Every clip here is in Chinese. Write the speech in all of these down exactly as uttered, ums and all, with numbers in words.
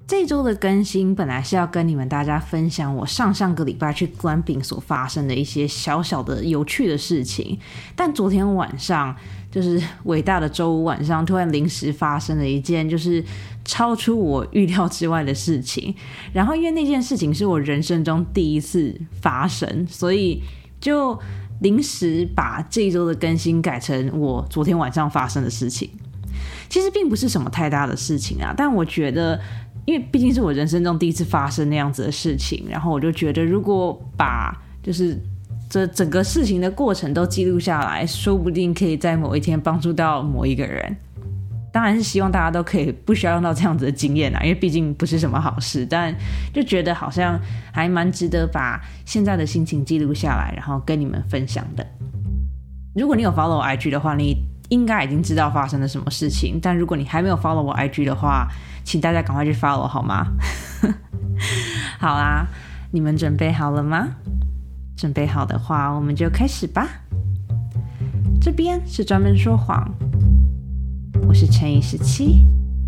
这一周的更新本来是要跟你们大家分享我上上个礼拜去 glamping 所发生的一些小小的有趣的事情，但昨天晚上就是伟大的周五晚上，突然临时发生了一件就是超出我预料之外的事情，然后因为那件事情是我人生中第一次发生，所以就临时把这一周的更新改成我昨天晚上发生的事情。其实并不是什么太大的事情啊，但我觉得因为毕竟是我人生中第一次发生那样子的事情，然后我就觉得如果把就是这整个事情的过程都记录下来，说不定可以在某一天帮助到某一个人。当然是希望大家都可以不需要用到这样子的经验啊，因为毕竟不是什么好事，但就觉得好像还蛮值得把现在的心情记录下来，然后跟你们分享的。如果你有 follow 我 I G 的话，你应该已经知道发生了什么事情，但如果你还没有 follow 我 I G 的话，请大家赶快去 follow 好吗？好啦，你们准备好了吗？准备好的话，我们就开始吧。这边是专门说谎，我是陈怡十七。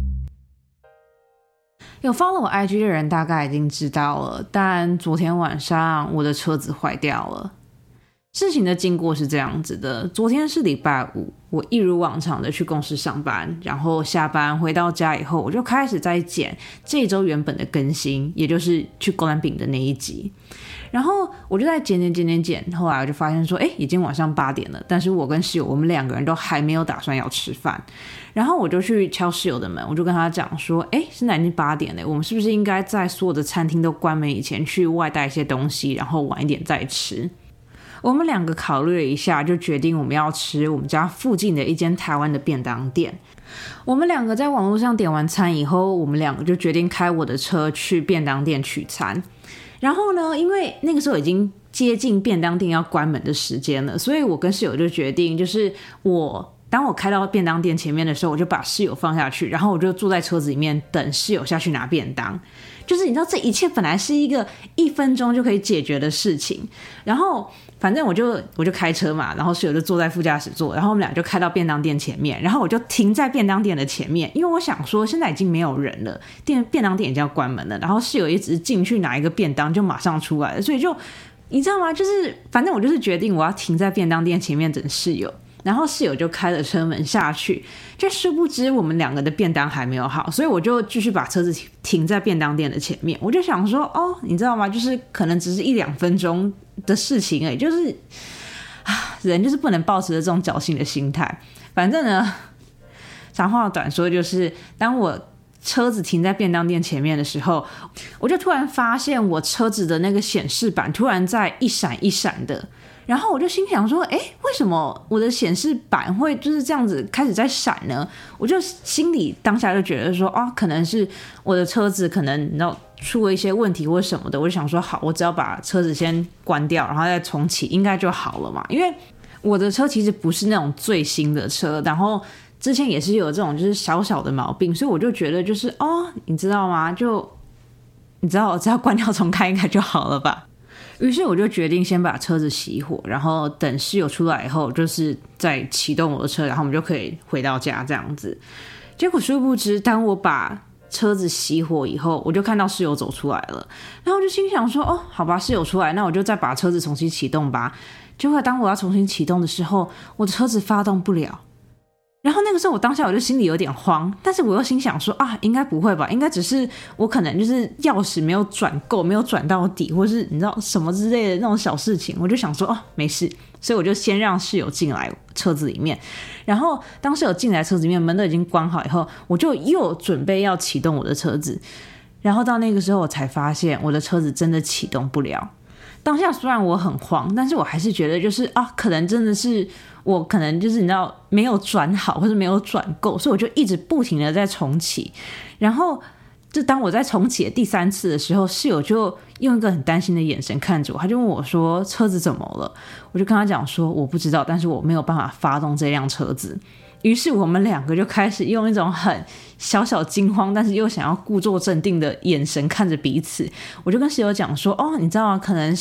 有 follow 我 I G 的人大概已经知道了，但昨天晚上我的车子坏掉了。事情的经过是这样子的，昨天是礼拜五，我一如往常的去公司上班，然后下班回到家以后，我就开始在剪这一周原本的更新，也就是去glamping的那一集。然后我就在剪剪剪剪剪，后来我就发现说，哎，已经晚上八点了，但是我跟室友我们两个人都还没有打算要吃饭。然后我就去敲室友的门，我就跟他讲说，哎，现在已经八点了，我们是不是应该在所有的餐厅都关门以前去外带一些东西，然后晚一点再吃？我们两个考虑了一下，就决定我们要吃我们家附近的一间台湾的便当店。我们两个在网络上点完餐以后，我们两个就决定开我的车去便当店取餐。然后呢，因为那个时候已经接近便当店要关门的时间了，所以我跟室友就决定，就是我当我开到便当店前面的时候，我就把室友放下去，然后我就坐在车子里面等室友下去拿便当。就是你知道这一切本来是一个一分钟就可以解决的事情，然后反正我就我就开车嘛，然后室友就坐在副驾驶座，然后我们俩就开到便当店前面，然后我就停在便当店的前面，因为我想说现在已经没有人了，店便当店已经要关门了，然后室友也只是进去拿一个便当就马上出来了，所以就你知道吗？就是反正我就是决定我要停在便当店前面等室友。然后室友就开了车门下去，就殊不知我们两个的便当还没有好，所以我就继续把车子停在便当店的前面。我就想说，哦，你知道吗？就是可能只是一两分钟的事情而已，就是啊，人就是不能抱持着这种侥幸的心态。反正呢，长话短说，就是当我车子停在便当店前面的时候，我就突然发现我车子的那个显示板突然在一闪一闪的。然后我就心想说，哎，为什么我的显示板会就是这样子开始在闪呢？我就心里当下就觉得说，哦，可能是我的车子可能你知道出了一些问题或什么的。我就想说，好，我只要把车子先关掉，然后再重启，应该就好了嘛。因为我的车其实不是那种最新的车，然后之前也是有这种就是小小的毛病，所以我就觉得就是哦，你知道吗？就你知道，只要关掉重开应该就好了吧。于是我就决定先把车子熄火，然后等室友出来以后，就是再启动我的车，然后我们就可以回到家这样子。结果殊不知，当我把车子熄火以后，我就看到室友走出来了，然后我就心想说，哦，好吧，室友出来，那我就再把车子重新启动吧。结果当我要重新启动的时候，我的车子发动不了。然后那个时候我当下我就心里有点慌，但是我又心想说啊，应该不会吧，应该只是我可能就是钥匙没有转够，没有转到底，或是你知道什么之类的那种小事情，我就想说哦，没事，所以我就先让室友进来车子里面，然后当室友进来车子里面，门都已经关好以后，我就又准备要启动我的车子，然后到那个时候我才发现我的车子真的启动不了。当下虽然我很慌，但是我还是觉得就是啊，可能真的是我可能就是你知道没有转好或者没有转够，所以我就一直不停的在重启。然后就当我在重启的第三次的时候，室友就用一个很担心的眼神看着我，他就问我说车子怎么了。我就跟他讲说我不知道，但是我没有办法发动这辆车子。于是我们两个就开始用一种很小小惊慌但是又想要故作镇定的眼神看着彼此。我就跟室友讲说哦，你知道吗？可能是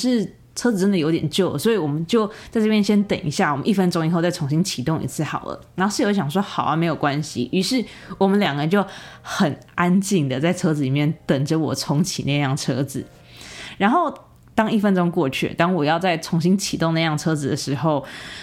车子真的有点旧了，所以我们就在这边先等一下，我们一分钟以后再重新启动一次好了。然后室友想说好啊，没有关系，于是我们两个就很安静的在车子里面等着我重启那辆车子。然后当一分钟过去，当我要再重新启动那辆车子的时候，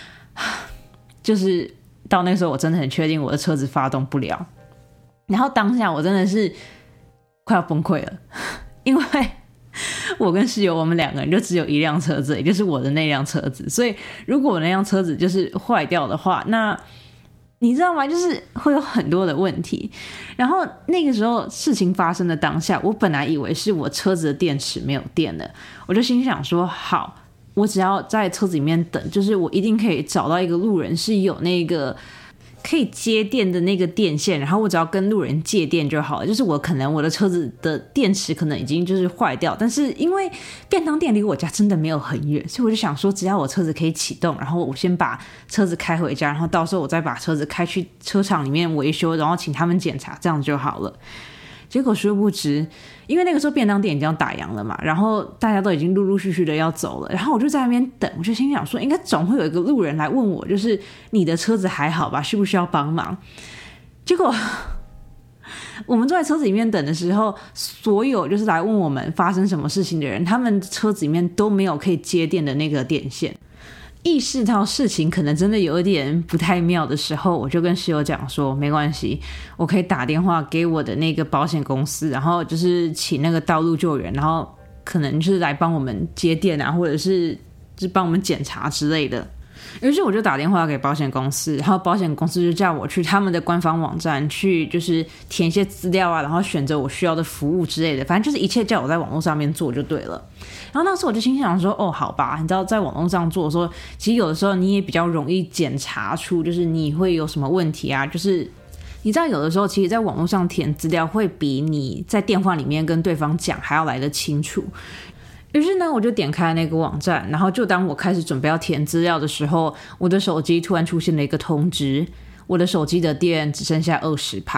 就是到那个时候我真的很确定我的车子发动不了。然后当下我真的是快要崩溃了，因为我跟室友我们两个人就只有一辆车子，也就是我的那辆车子，所以如果我那辆车子就是坏掉的话，那你知道吗，就是会有很多的问题。然后那个时候事情发生的当下，我本来以为是我车子的电池没有电了，我就心想说好，我只要在车子里面等，就是我一定可以找到一个路人是有那个可以接电的那个电线，然后我只要跟路人借电就好了。就是我可能我的车子的电池可能已经就是坏掉，但是因为便当店离我家真的没有很远，所以我就想说只要我车子可以启动，然后我先把车子开回家，然后到时候我再把车子开去车厂里面维修，然后请他们检查，这样就好了。结果殊不知，因为那个时候便当店已经要打烊了嘛，然后大家都已经陆陆续续的要走了，然后我就在那边等，我就心想说应该总会有一个路人来问我，就是你的车子还好吧，需不需要帮忙。结果我们坐在车子里面等的时候，所有就是来问我们发生什么事情的人，他们车子里面都没有可以接电的那个电线。意识到事情可能真的有一点不太妙的时候，我就跟室友讲说没关系，我可以打电话给我的那个保险公司，然后就是请那个道路救援，然后可能就是来帮我们接电啊，或者是就是帮我们检查之类的。于是我就打电话给保险公司，然后保险公司就叫我去他们的官方网站去就是填一些资料啊，然后选择我需要的服务之类的，反正就是一切叫我在网络上面做就对了。然后那时候我就心想说哦好吧，你知道在网络上做的时候，其实有的时候你也比较容易检查出就是你会有什么问题啊，就是你知道有的时候其实在网络上填资料会比你在电话里面跟对方讲还要来得清楚。于是呢我就点开那个网站，然后就当我开始准备要填资料的时候，我的手机突然出现了一个通知，我的手机的电只剩下 百分之二十。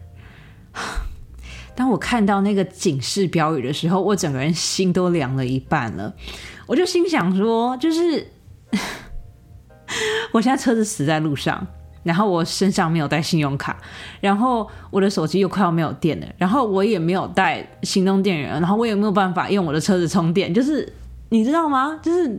当我看到那个警示标语的时候，我整个人心都凉了一半了。我就心想说就是我现在车子死在路上，然后我身上没有带信用卡，然后我的手机又快要没有电了，然后我也没有带行动电源，然后我也没有办法用我的车子充电，就是你知道吗，就是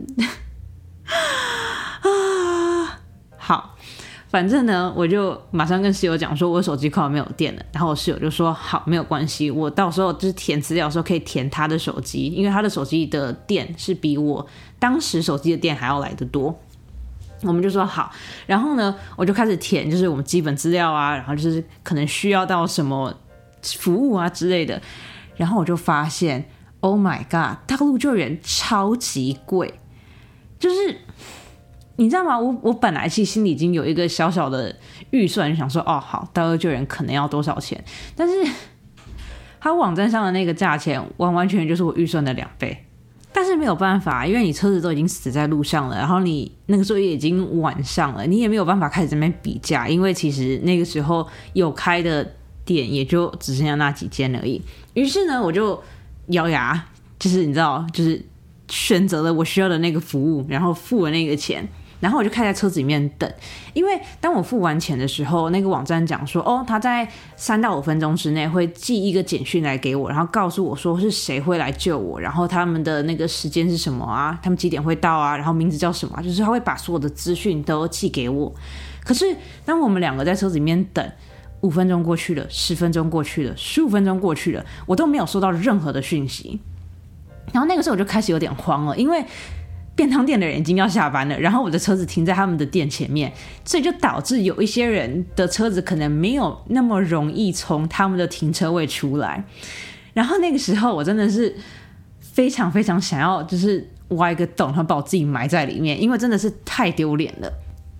啊，好，反正呢我就马上跟室友讲说我手机快要没有电了，然后我室友就说好没有关系，我到时候就是填资料的时候可以填他的手机，因为他的手机的电是比我当时手机的电还要来得多。我们就说好，然后呢我就开始填就是我们基本资料啊，然后就是可能需要到什么服务啊之类的，然后我就发现 Oh my god， 道路救援超级贵。就是你知道吗，我我本来其实心里已经有一个小小的预算，想说哦好，道路救援可能要多少钱，但是他网站上的那个价钱完完全全就是我预算的两倍。但是没有办法，因为你车子都已经死在路上了，然后你那个时候也已经晚上了，你也没有办法开始这边比价，因为其实那个时候有开的店也就只剩下那几间而已。于是呢我就咬牙，就是你知道就是选择了我需要的那个服务，然后付了那个钱，然后我就开在车子里面等。因为当我付完钱的时候，那个网站讲说哦他在三到五分钟之内会寄一个简讯来给我，然后告诉我说是谁会来救我，然后他们的那个时间是什么啊，他们几点会到啊，然后名字叫什么啊，就是他会把所有的资讯都寄给我。可是当我们两个在车子里面等，五分钟过去了，十分钟过去了，十五分钟过去了，我都没有收到任何的讯息。然后那个时候我就开始有点慌了，因为便当店的人已经要下班了，然后我的车子停在他们的店前面，所以就导致有一些人的车子可能没有那么容易从他们的停车位出来。然后那个时候我真的是非常非常想要就是挖一个洞，然后把我自己埋在里面，因为真的是太丢脸了。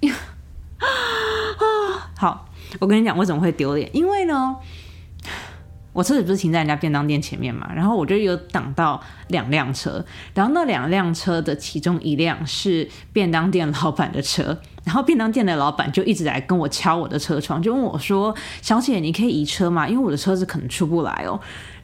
好，我跟你讲为什么会丢脸，因为呢我车子不是停在人家便当店前面嘛，然后我就有挡到两辆车，然后那两辆车的其中一辆是便当店老板的车，然后便当店的老板就一直来跟我敲我的车窗，就问我说小姐你可以移车吗，因为我的车子可能出不来哦。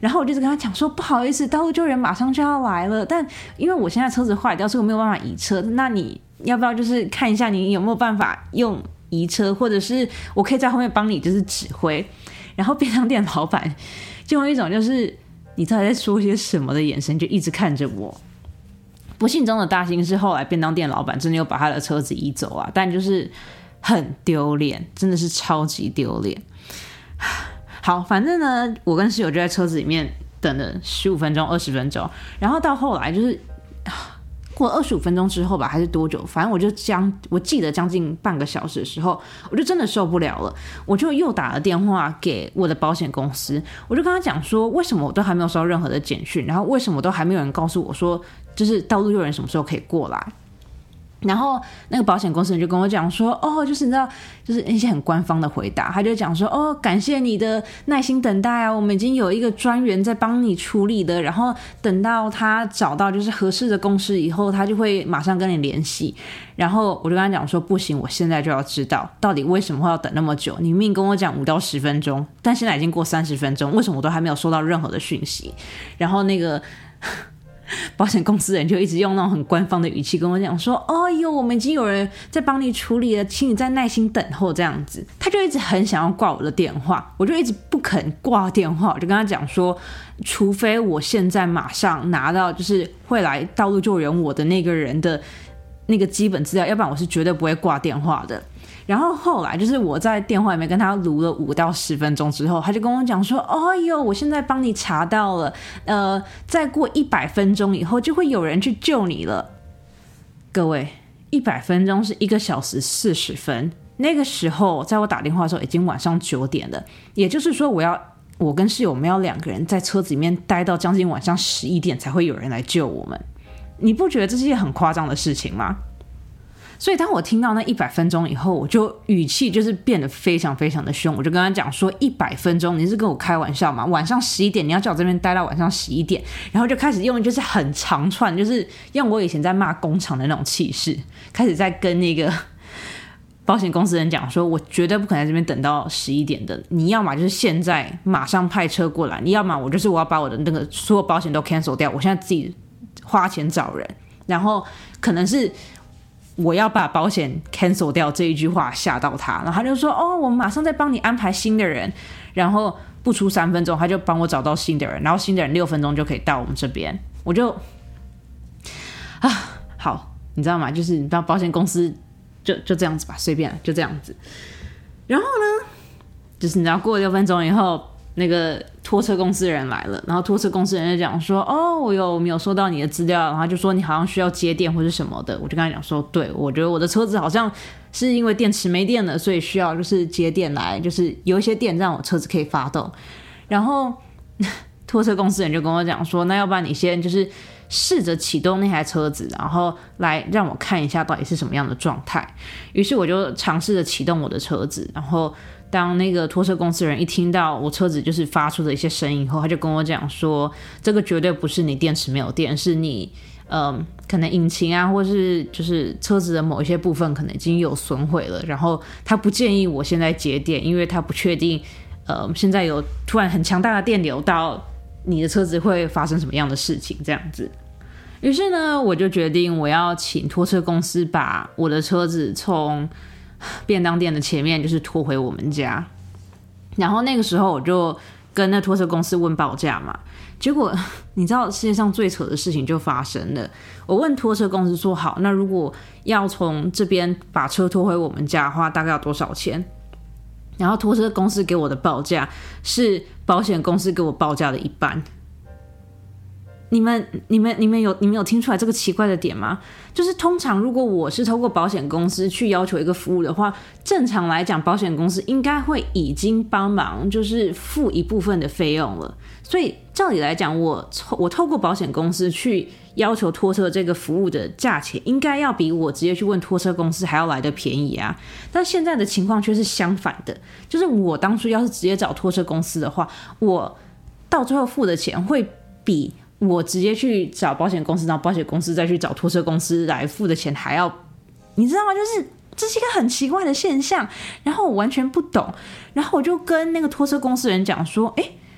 然后我就跟他讲说不好意思，道路救援马上就要来了，但因为我现在车子坏掉，所以我没有办法移车，那你要不要就是看一下你有没有办法用移车，或者是我可以在后面帮你就是指挥。然后便当店老板就用一种就是你到底在说些什么的眼神就一直看着我。不幸中的大幸是后来便当店老板真的有把他的车子移走啊，但就是很丢脸，真的是超级丢脸。好，反正呢我跟室友就在车子里面等了十五分钟二十分钟，然后到后来就是过了二十五分钟之后吧，还是多久，反正我就将我记得将近半个小时的时候，我就真的受不了了，我就又打了电话给我的保险公司，我就跟他讲说为什么我都还没有收到任何的简讯，然后为什么都还没有人告诉我说就是道路救援什么时候可以过来。然后那个保险公司人就跟我讲说哦，就是你知道就是一些很官方的回答，他就讲说哦，感谢你的耐心等待啊，我们已经有一个专员在帮你处理的，然后等到他找到就是合适的公司以后，他就会马上跟你联系。然后我就跟他讲说不行，我现在就要知道到底为什么会要等那么久，你明明跟我讲五到十分钟，但现在已经过三十分钟，为什么我都还没有收到任何的讯息。然后那个保险公司人就一直用那种很官方的语气跟我讲说哦哟，我们已经有人在帮你处理了，请你再耐心等候这样子。他就一直很想要挂我的电话，我就一直不肯挂电话，我就跟他讲说除非我现在马上拿到就是会来道路救援我的那个人的那个基本资料，要不然我是绝对不会挂电话的。然后后来就是我在电话里面跟他撸了五到十分钟之后，他就跟我讲说哦哟，我现在帮你查到了，呃，再过一百分钟以后就会有人去救你了。各位，一百分钟是一个小时四十分，那个时候在我打电话的时候已经晚上九点了，也就是说我要我跟室友我们要两个人在车子里面待到将近晚上十一点才会有人来救我们。你不觉得这是一件很夸张的事情吗？所以当我听到那一百分钟以后，我就语气就是变得非常非常的凶，我就跟他讲说一百分钟你是跟我开玩笑吗？晚上十一点你要叫我这边待到晚上十一点，然后就开始用就是很长串，就是用我以前在骂工厂的那种气势，开始在跟那个保险公司人讲说我绝对不可能在这边等到十一点的，你要么就是现在马上派车过来，你要么我就是我要把我的那个所有保险都 cancel 掉，我现在自己花钱找人，然后可能是我要把保险 cancel 掉这一句话吓到他，然后他就说哦，我马上再帮你安排新的人，然后不出三分钟他就帮我找到新的人，然后新的人六分钟就可以到我们这边。我就啊，好，你知道吗？就是你知道保险公司就就这样子吧，随便就这样子。然后呢，就是你知道过了六分钟以后，那个拖车公司的人来了，然后拖车公司的人就讲说哦，我有没有收到你的资料，然后他就说你好像需要接电或是什么的。我就跟他讲说对，我觉得我的车子好像是因为电池没电了，所以需要就是接电来就是有一些电让我车子可以发动。然后拖车公司人就跟我讲说那要不然你先就是试着启动那台车子，然后来让我看一下到底是什么样的状态。于是我就尝试着启动我的车子，然后当那个拖车公司人一听到我车子就是发出的一些声音以后，他就跟我讲说这个绝对不是你电池没有电，是你呃可能引擎啊或是就是车子的某一些部分可能已经有损毁了，然后他不建议我现在接电，因为他不确定呃现在有突然很强大的电流到你的车子会发生什么样的事情这样子。于是呢我就决定我要请拖车公司把我的车子从便当店的前面就是拖回我们家。然后那个时候我就跟那拖车公司问报价嘛，结果你知道世界上最扯的事情就发生了。我问拖车公司说好，那如果要从这边把车拖回我们家的话大概要多少钱，然后拖车公司给我的报价是保险公司给我报价的一半。你们、你们、你们有、你们有听出来这个奇怪的点吗？就是通常如果我是透过保险公司去要求一个服务的话，正常来讲，保险公司应该会已经帮忙，就是付一部分的费用了。所以照理来讲，我我透过保险公司去要求拖车这个服务的价钱，应该要比我直接去问拖车公司还要来的便宜啊。但现在的情况却是相反的，就是我当初要是直接找拖车公司的话，我到最后付的钱会比我直接去找保险公司，然后保险公司再去找拖车公司来付的钱还要，你知道吗？就是这是一个很奇怪的现象，然后我完全不懂，然后我就跟那个拖车公司人讲说，哎，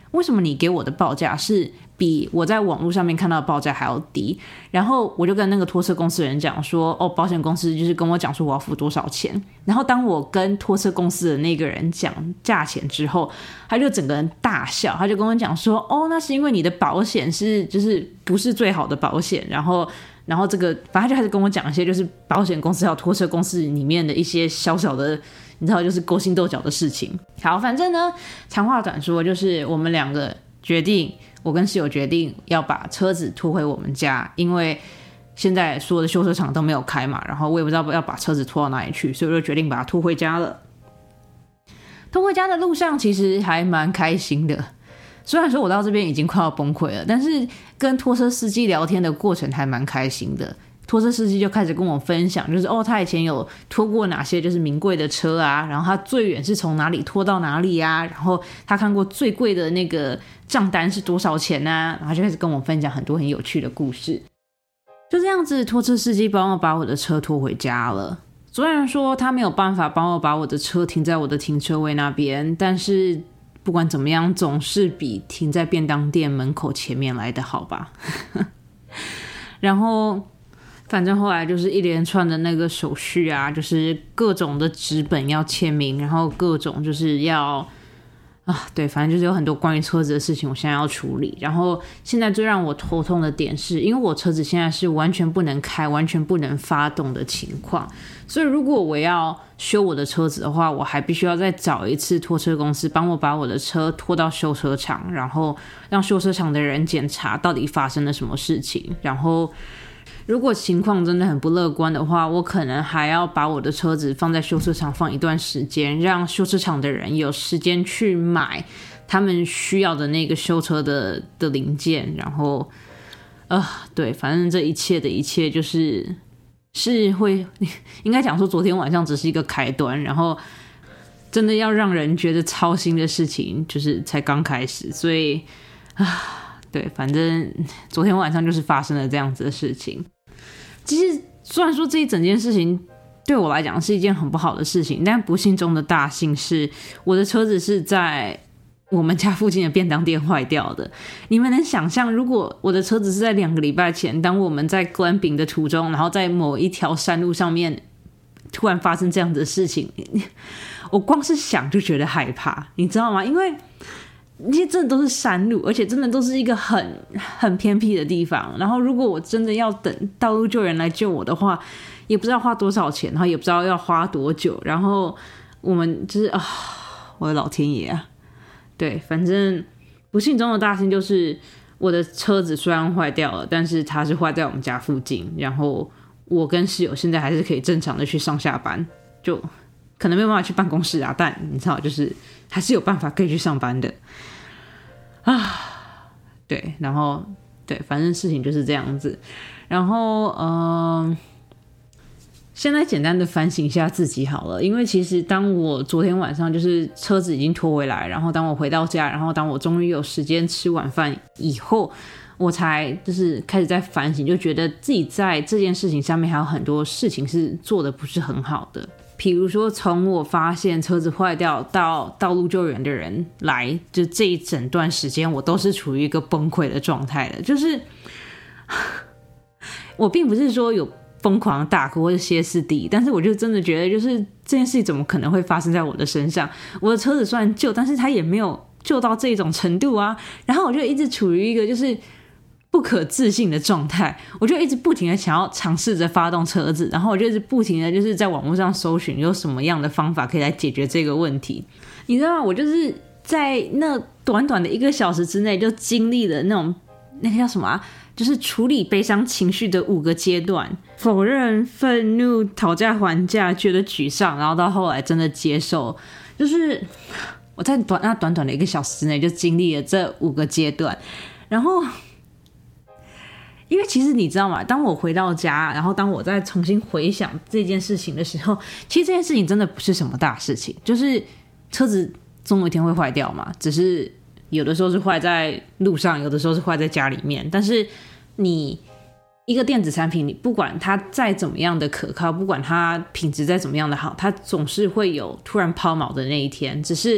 为什么你给我的报价是比我在网络上面看到的报价还要低？然后我就跟那个拖车公司的人讲说，哦，保险公司就是跟我讲说我要付多少钱。然后当我跟拖车公司的那个人讲价钱之后，他就整个人大笑，他就跟我讲说，哦，那是因为你的保险是就是不是最好的保险，然后然后这个反正他就开始跟我讲一些就是保险公司还有拖车公司里面的一些小小的你知道就是勾心斗角的事情。好，反正呢长话短说，就是我们两个决定，我跟室友决定要把车子拖回我们家，因为现在所有的修车厂都没有开嘛，然后我也不知道要把车子拖到哪里去，所以我就决定把它拖回家了。拖回家的路上其实还蛮开心的，虽然说我到这边已经快要崩溃了，但是跟拖车司机聊天的过程还蛮开心的。拖车司机就开始跟我分享，就是哦，他以前有拖过哪些就是名贵的车啊，然后他最远是从哪里拖到哪里啊，然后他看过最贵的那个账单是多少钱啊，然后就开始跟我分享很多很有趣的故事。就这样子，拖车司机帮我把我的车拖回家了。虽然说他没有办法帮我把我的车停在我的停车位那边，但是不管怎么样，总是比停在便当店门口前面来的好吧。然后反正后来就是一连串的那个手续啊，就是各种的纸本要签名，然后各种就是要啊，对，反正就是有很多关于车子的事情我现在要处理。然后现在最让我头痛的点是，因为我车子现在是完全不能开完全不能发动的情况，所以如果我要修我的车子的话，我还必须要再找一次拖车公司帮我把我的车拖到修车厂，然后让修车厂的人检查到底发生了什么事情。然后如果情况真的很不乐观的话，我可能还要把我的车子放在修车厂放一段时间，让修车厂的人有时间去买他们需要的那个修车的的零件。然后呃，对，反正这一切的一切就是是会应该讲说昨天晚上只是一个开端，然后真的要让人觉得操心的事情就是才刚开始。所以啊，对，反正昨天晚上就是发生了这样子的事情。其实虽然说这一整件事情对我来讲是一件很不好的事情，但不幸中的大幸是我的车子是在我们家附近的便当店坏掉的。你们能想象，如果我的车子是在两个礼拜前，当我们在 glamping 的途中，然后在某一条山路上面突然发生这样子的事情，我光是想就觉得害怕，你知道吗？因为那些真的都是山路，而且真的都是一个很很偏僻的地方。然后如果我真的要等道路救援来救我的话，也不知道花多少钱，然后也不知道要花多久。然后我们就是啊，我的老天爷啊！对，反正不幸中的大幸就是我的车子虽然坏掉了，但是它是坏在我们家附近。然后我跟室友现在还是可以正常的去上下班，就可能没有办法去办公室啊，但你知道，就是还是有办法可以去上班的啊。对，然后对，反正事情就是这样子。然后嗯、呃，现在简单的反省一下自己好了，因为其实当我昨天晚上就是车子已经拖回来，然后当我回到家，然后当我终于有时间吃晚饭以后，我才就是开始在反省，就觉得自己在这件事情上面还有很多事情是做的不是很好的。比如说从我发现车子坏掉到道路救援的人来，就这一整段时间我都是处于一个崩溃的状态的。就是我并不是说有疯狂大哭或者歇斯底里，但是我就真的觉得就是这件事情怎么可能会发生在我的身上。我的车子虽然旧，但是它也没有旧到这种程度啊。然后我就一直处于一个就是不可置信的状态，我就一直不停的想要尝试着发动车子，然后我就一直不停的就是在网络上搜寻有什么样的方法可以来解决这个问题。你知道吗？我就是在那短短的一个小时之内就经历了那种那个叫什么啊，就是处理悲伤情绪的五个阶段：否认、愤怒、讨价还价、觉得沮丧，然后到后来真的接受。就是我在短那短短的一个小时之内就经历了这五个阶段。然后因为其实你知道吗，当我回到家，然后当我再重新回想这件事情的时候，其实这件事情真的不是什么大事情，就是车子总有一天会坏掉嘛，只是有的时候是坏在路上，有的时候是坏在家里面。但是你一个电子产品，你不管它再怎么样的可靠，不管它品质再怎么样的好，它总是会有突然抛锚的那一天。只是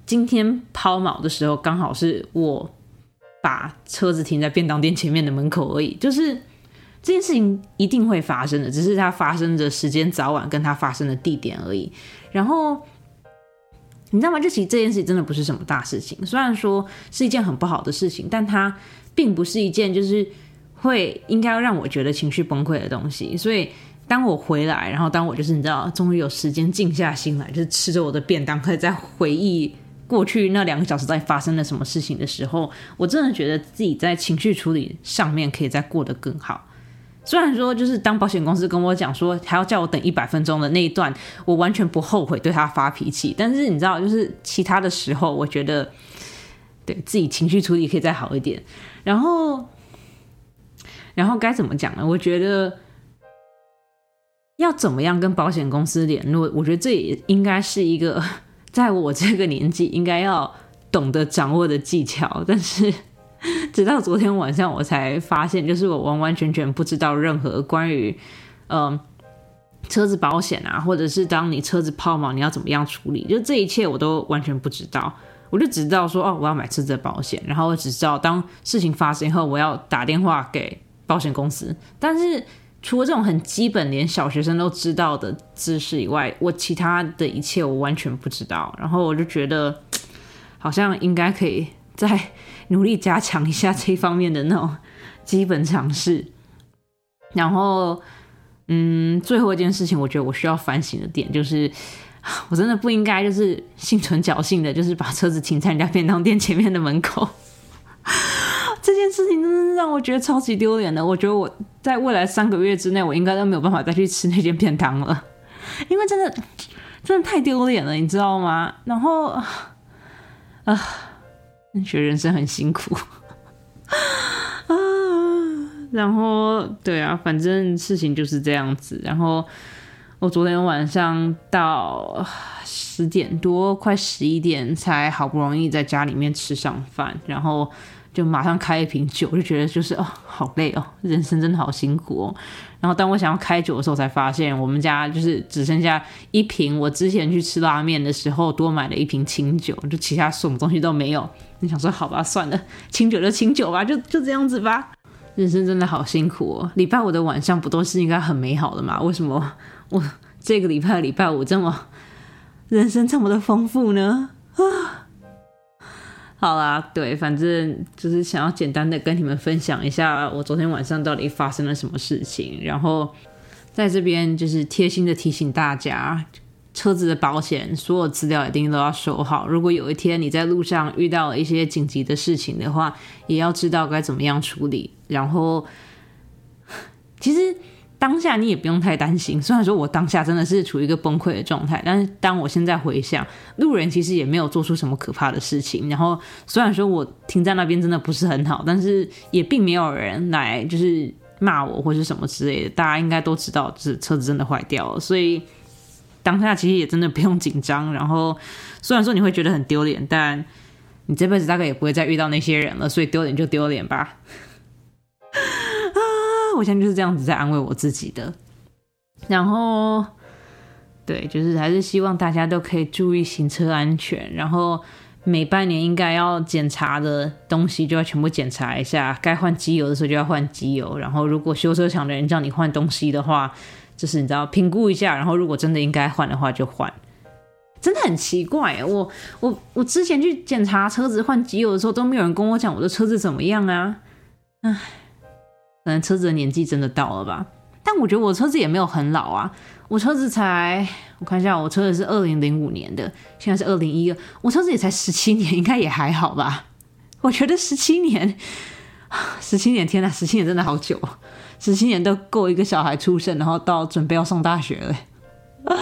今天抛锚的时候刚好是我把车子停在便当店前面的门口而已，就是这件事情一定会发生的，只是它发生的时间早晚跟它发生的地点而已。然后你知道吗，就其实这件事情真的不是什么大事情，虽然说是一件很不好的事情，但它并不是一件就是会应该要让我觉得情绪崩溃的东西。所以当我回来，然后当我就是你知道终于有时间静下心来，就是吃着我的便当，可以再回忆过去那两个小时在发生了什么事情的时候，我真的觉得自己在情绪处理上面可以再过得更好。虽然说就是当保险公司跟我讲说还要叫我等一百分钟的那一段，我完全不后悔对他发脾气，但是你知道就是其他的时候我觉得对自己情绪处理可以再好一点。然后然后该怎么讲呢，我觉得要怎么样跟保险公司联络，我觉得这也应该是一个在我这个年纪应该要懂得掌握的技巧，但是直到昨天晚上我才发现，就是我完完全全不知道任何关于呃车子保险啊，或者是当你车子抛锚你要怎么样处理，就这一切我都完全不知道。我就只知道说哦，我要买车子的保险，然后我只知道当事情发生以后我要打电话给保险公司，但是除了这种很基本连小学生都知道的知识以外，我其他的一切我完全不知道。然后我就觉得好像应该可以再努力加强一下这一方面的那种基本常识。然后嗯，最后一件事情我觉得我需要反省的点就是我真的不应该就是心存侥幸的就是把车子停在人家便当店前面的门口这件事情真的让我觉得超级丢脸的。我觉得我在未来三个月之内我应该都没有办法再去吃那间便当了，因为真的真的太丢脸了，你知道吗？然后啊，觉得人生很辛苦啊。然后对啊，反正事情就是这样子。然后我昨天晚上到十点多快十一点才好不容易在家里面吃上饭，然后就马上开一瓶酒，就觉得就是哦好累哦，人生真的好辛苦哦。然后当我想要开酒的时候才发现我们家就是只剩下一瓶我之前去吃拉面的时候多买了一瓶清酒，就其他什么东西都没有。你想说好吧算了，清酒就清酒吧，就就这样子吧。人生真的好辛苦哦，礼拜五的晚上不都是应该很美好的吗？为什么我这个礼拜的礼拜五这么人生这么的丰富呢？啊，好啦，对，反正就是想要简单的跟你们分享一下我昨天晚上到底发生了什么事情，然后在这边就是贴心的提醒大家，车子的保险所有资料一定都要收好，如果有一天你在路上遇到了一些紧急的事情的话，也要知道该怎么样处理。然后其实当下你也不用太担心，虽然说我当下真的是处于一个崩溃的状态，但是当我现在回想，路人其实也没有做出什么可怕的事情，然后虽然说我停在那边真的不是很好，但是也并没有人来就是骂我或是什么之类的，大家应该都知道就是车子真的坏掉了，所以当下其实也真的不用紧张。然后虽然说你会觉得很丢脸，但你这辈子大概也不会再遇到那些人了，所以丢脸就丢脸吧啊，我现在就是这样子在安慰我自己的。然后对，就是还是希望大家都可以注意行车安全，然后每半年应该要检查的东西就要全部检查一下，该换机油的时候就要换机油，然后如果修车厂的人叫你换东西的话，就是你知道评估一下，然后如果真的应该换的话就换。真的很奇怪耶，我我我之前去检查车子换机油的时候都没有人跟我讲我的车子怎么样啊，唉，可能车子的年纪真的到了吧。但我觉得我车子也没有很老啊，我车子才我看一下，我车子是二零零五年的，现在是二零一二，我车子也才十七年，应该也还好吧。我觉得十七年十七年，天哪，十七年真的好久哦，十七年都够一个小孩出生，然后到准备要上大学了啊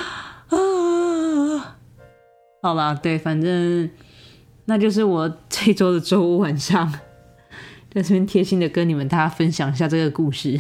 啊！好啦，对，反正那就是我这周的周五晚上在这边贴心的跟你们大家分享一下这个故事。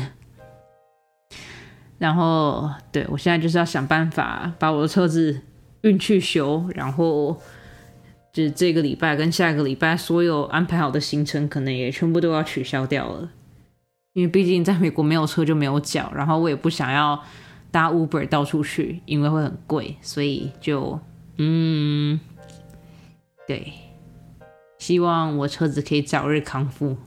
然后对，我现在就是要想办法把我的车子运去修，然后就是这个礼拜跟下个礼拜所有安排好的行程可能也全部都要取消掉了，因为毕竟在美国没有车就没有脚，然后我也不想要搭 Uber 到处去，因为会很贵，所以就嗯对，希望我车子可以早日康复。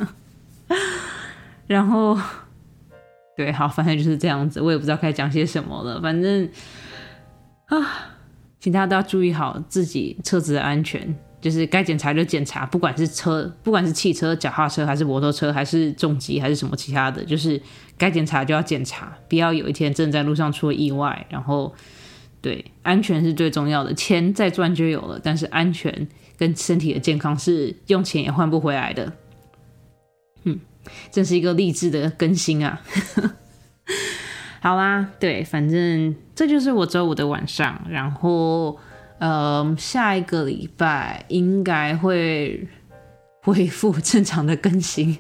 然后，对，好，反正就是这样子，我也不知道该讲些什么了。反正啊，请大家都要注意好自己车子的安全，就是该检查就检查，不管是车，不管是汽车、脚踏车，还是摩托车，还是重机，还是什么其他的，就是该检查就要检查，不要有一天真的在路上出了意外。然后，对，安全是最重要的，钱再赚就有了，但是安全跟身体的健康是用钱也换不回来的。嗯，真是一个励志的更新啊。好啦，对，反正这就是我周五的晚上，然后呃，下一个礼拜应该会恢复正常的更新。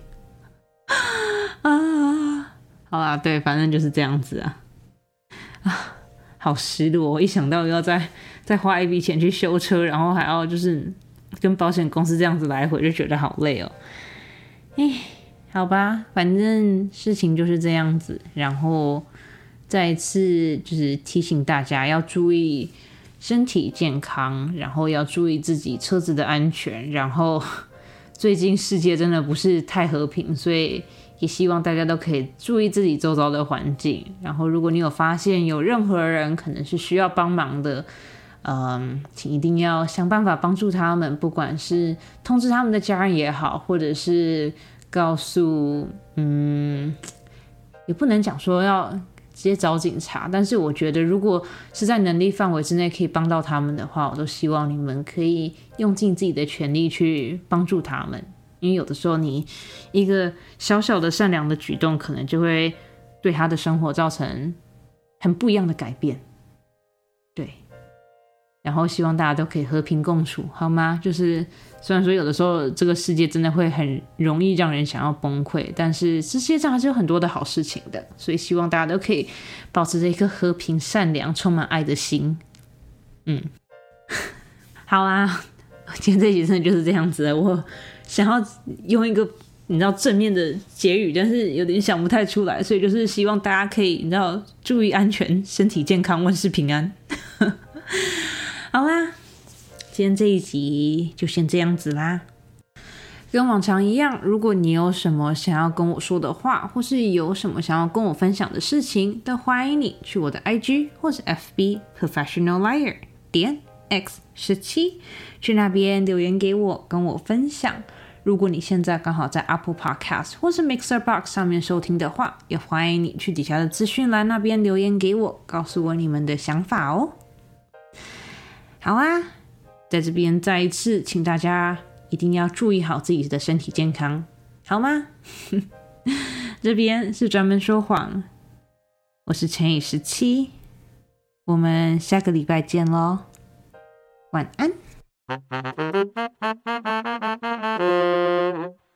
啊，好啦，对，反正就是这样子啊。啊，好失落，一想到要再再花一笔钱去修车，然后还要就是跟保险公司这样子来回，就觉得好累哦。哎，好吧，反正事情就是这样子，然后再一次就是提醒大家要注意身体健康，然后要注意自己车子的安全，然后最近世界真的不是太和平，所以也希望大家都可以注意自己周遭的环境，然后如果你有发现有任何人可能是需要帮忙的，嗯，请一定要想办法帮助他们，不管是通知他们的家人也好，或者是告诉，嗯，也不能讲说要直接找警察，但是我觉得如果是在能力范围之内可以帮到他们的话，我都希望你们可以用尽自己的全力去帮助他们，因为有的时候你一个小小的善良的举动，可能就会对他的生活造成很不一样的改变。对，然后希望大家都可以和平共处，好吗？就是虽然说有的时候这个世界真的会很容易让人想要崩溃，但是世界上还是有很多的好事情的，所以希望大家都可以保持着一颗和平、善良、充满爱的心。嗯，好啦，今天这一集真的就是这样子的。我想要用一个你知道正面的结语，但是有点想不太出来，所以就是希望大家可以你知道注意安全，身体健康，万事平安。好啦，今天这一集就先这样子啦。跟往常一样，如果你有什么想要跟我说的话，或是有什么想要跟我分享的事情，都欢迎你去我的 I G 或是 F B Professional Liar 点 X 十七 去那边留言给我，跟我分享。如果你现在刚好在 Apple Podcast 或是 Mixer Box 上面收听的话，也欢迎你去底下的资讯栏那边留言给我，告诉我你们的想法哦。好啊，在这边再一次请大家一定要注意好自己的身体健康，好吗？这边是专门说谎，我是乘以十七，我们下个礼拜见咯，晚安。